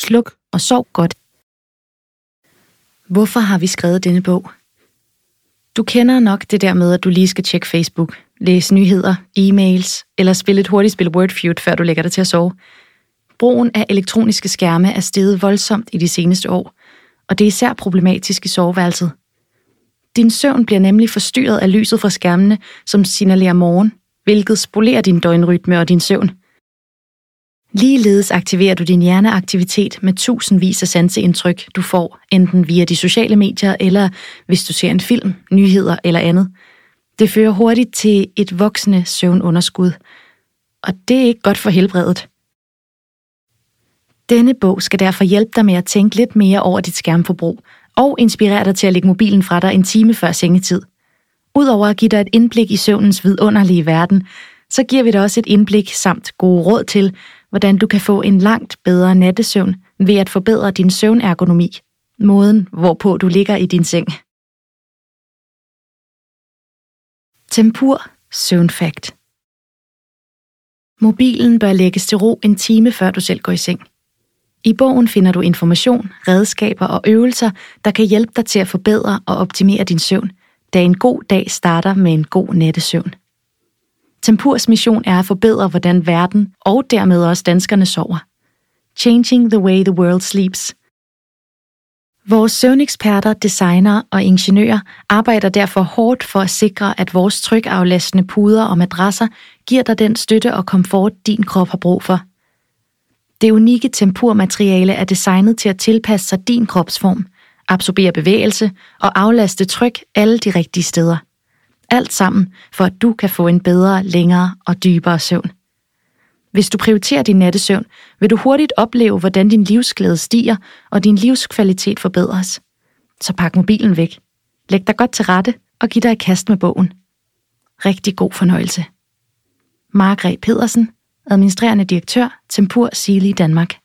Sluk og sov godt. Hvorfor har vi skrevet denne bog? Du kender nok det der med, at du lige skal tjekke Facebook, læse nyheder, e-mails eller spille et hurtigt spil Wordfeud, før du lægger dig til at sove. Brugen af elektroniske skærme er steget voldsomt i de seneste år, og det er især problematisk i soveværelset. Din søvn bliver nemlig forstyrret af lyset fra skærmene, som signalerer morgen, hvilket spolerer din døgnrytme og din søvn. Ligeledes aktiverer du din hjerneaktivitet med tusindvis af sanseindtryk, du får, enten via de sociale medier, eller hvis du ser en film, nyheder eller andet. Det fører hurtigt til et voksende søvnunderskud, og det er ikke godt for helbredet. Denne bog skal derfor hjælpe dig med at tænke lidt mere over dit skærmforbrug, og inspirere dig til at lægge mobilen fra dig en time før sengetid. Udover at give dig et indblik i søvnens vidunderlige verden, så giver vi dig også et indblik samt gode råd til, hvordan du kan få en langt bedre nattesøvn ved at forbedre din søvnergonomi, måden hvorpå du ligger i din seng. Tempur søvnfakt. Mobilen bør lægges til ro en time før du selv går i seng. I bogen finder du information, redskaber og øvelser, der kan hjælpe dig til at forbedre og optimere din søvn, da en god dag starter med en god nattesøvn. Tempurs mission er at forbedre, hvordan verden og dermed også danskerne sover. Changing the way the world sleeps. Vores søvneksperter, designere og ingeniører arbejder derfor hårdt for at sikre, at vores trykaflastende puder og madrasser giver dig den støtte og komfort, din krop har brug for. Det unikke tempurmateriale er designet til at tilpasse sig din kropsform, absorbere bevægelse og aflaste tryk alle de rigtige steder. Alt sammen, for at du kan få en bedre, længere og dybere søvn. Hvis du prioriterer din nattesøvn, vil du hurtigt opleve, hvordan din livsglæde stiger og din livskvalitet forbedres. Så pak mobilen væk. Læg dig godt til rette og giv dig et kast med bogen. Rigtig god fornøjelse. Margrethe Pedersen, administrerende direktør, Tempur Sealy Danmark.